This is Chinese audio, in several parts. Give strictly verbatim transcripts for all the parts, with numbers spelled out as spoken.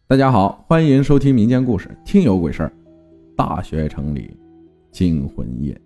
大家好，欢迎收听民间故事，听有鬼事儿。大学城里惊魂夜。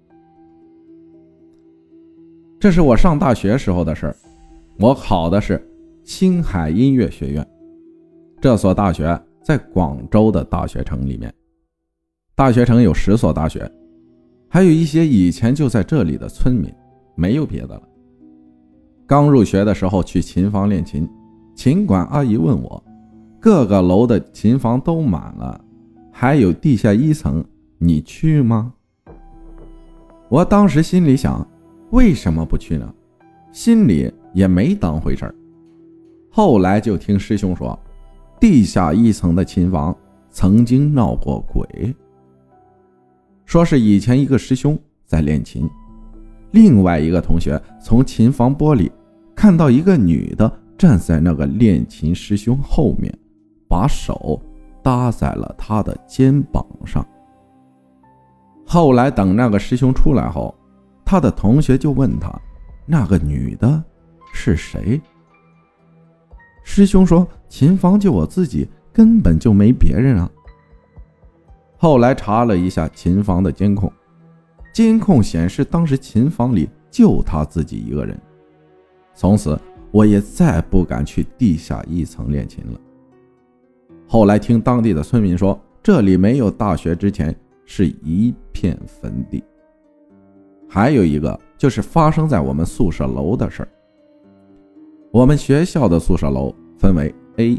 这是我上大学时候的事儿。我考的是星海音乐学院，这所大学在广州的大学城里面。大学城有十所大学，还有一些以前就在这里的村民，没有别的了。刚入学的时候去琴房练琴，琴管阿姨问我，各个楼的琴房都满了，还有地下一层，你去吗？我当时心里想，为什么不去呢？心里也没当回事儿。后来就听师兄说，地下一层的琴房曾经闹过鬼，说是以前一个师兄在练琴，另外一个同学从琴房玻璃看到一个女的站在那个练琴师兄后面，把手搭在了他的肩膀上。后来等那个师兄出来后，他的同学就问他，那个女的是谁？师兄说，琴房就我自己，根本就没别人啊。后来查了一下琴房的监控，监控显示当时琴房里就他自己一个人。从此我也再不敢去地下一层练琴了。后来听当地的村民说，这里没有大学之前是一片坟地。还有一个就是发生在我们宿舍楼的事儿。我们学校的宿舍楼分为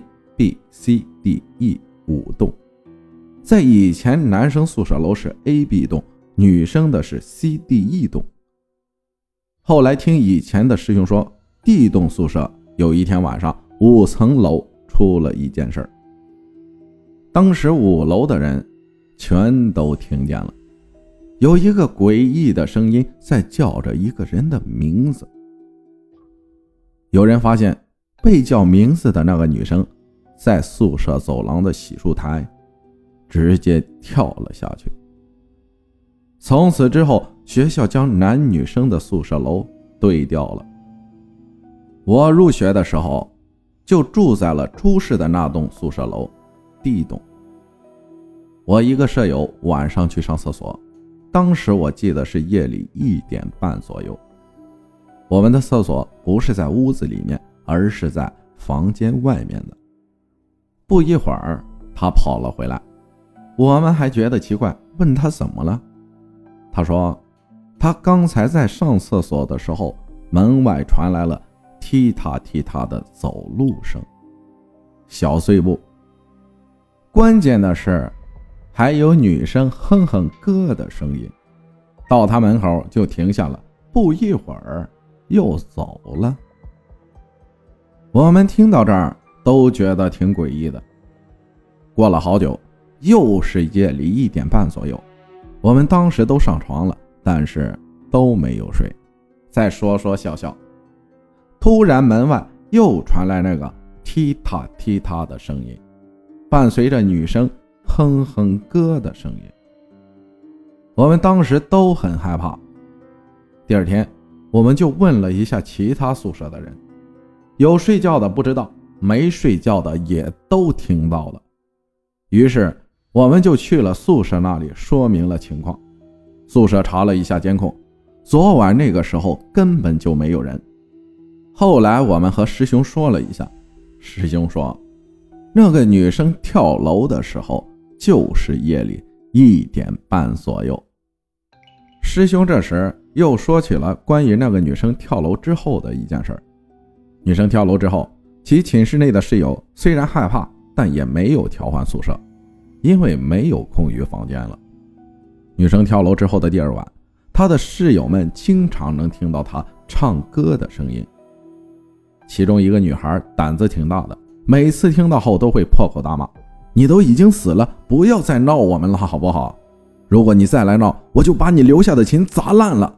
A、B、C、D、E 五栋，在以前男生宿舍楼是 A、B 栋，女生的是 C、D、E 栋。后来听以前的师兄说， D 栋宿舍有一天晚上五层楼出了一件事儿。当时五楼的人全都听见了，有一个诡异的声音在叫着一个人的名字。有人发现被叫名字的那个女生在宿舍走廊的洗漱台直接跳了下去。从此之后，学校将男女生的宿舍楼对调了。我入学的时候就住在了出事的那栋宿舍楼 D 栋。我一个舍友晚上去上厕所，当时我记得是夜里一点半左右。我们的厕所不是在屋子里面，而是在房间外面的。不一会儿他跑了回来，我们还觉得奇怪，问他怎么了。他说他刚才在上厕所的时候，门外传来了踢踏踢踏的走路声，小碎步。关键的是还有女生哼哼歌的声音。到他门口就停下了，不一会儿又走了。我们听到这儿都觉得挺诡异的。过了好久，又是夜里一点半左右，我们当时都上床了，但是都没有睡，再说说笑笑。突然门外又传来那个踢踏踢踏的声音，伴随着女生哼哼歌的声音。我们当时都很害怕。第二天我们就问了一下其他宿舍的人，有睡觉的不知道，没睡觉的也都听到了。于是我们就去了宿舍那里说明了情况。宿舍查了一下监控，昨晚那个时候根本就没有人。后来我们和师兄说了一下，师兄说那个女生跳楼的时候就是夜里一点半左右。师兄这时又说起了关于那个女生跳楼之后的一件事。女生跳楼之后，其寝室内的室友虽然害怕，但也没有调换宿舍，因为没有空余房间了。女生跳楼之后的第二晚，她的室友们经常能听到她唱歌的声音。其中一个女孩胆子挺大的，每次听到后都会破口大骂，你都已经死了，不要再闹我们了好不好？如果你再来闹，我就把你留下的琴砸烂了。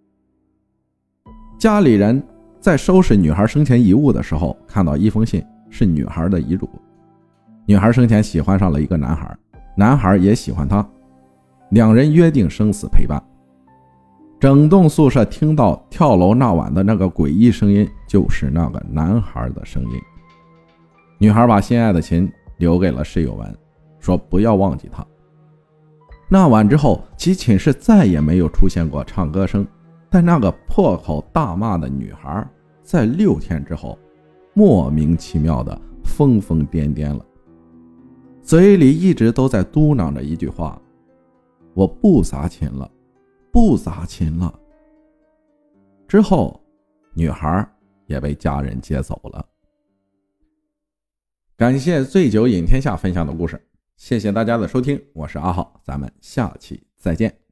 家里人在收拾女孩生前遗物的时候，看到一封信，是女孩的遗嘱。女孩生前喜欢上了一个男孩，男孩也喜欢她，两人约定生死陪伴。整栋宿舍听到跳楼那晚的那个诡异声音，就是那个男孩的声音。女孩把心爱的琴留给了室友们，说不要忘记他。那晚之后，其寝室再也没有出现过唱歌声，但那个破口大骂的女孩在六天之后莫名其妙的疯疯癫癫了，嘴里一直都在嘟囔着一句话：我不撒琴了，不撒琴了。之后女孩也被家人接走了。感谢醉酒饮天下分享的故事，谢谢大家的收听，我是阿浩，咱们下期再见。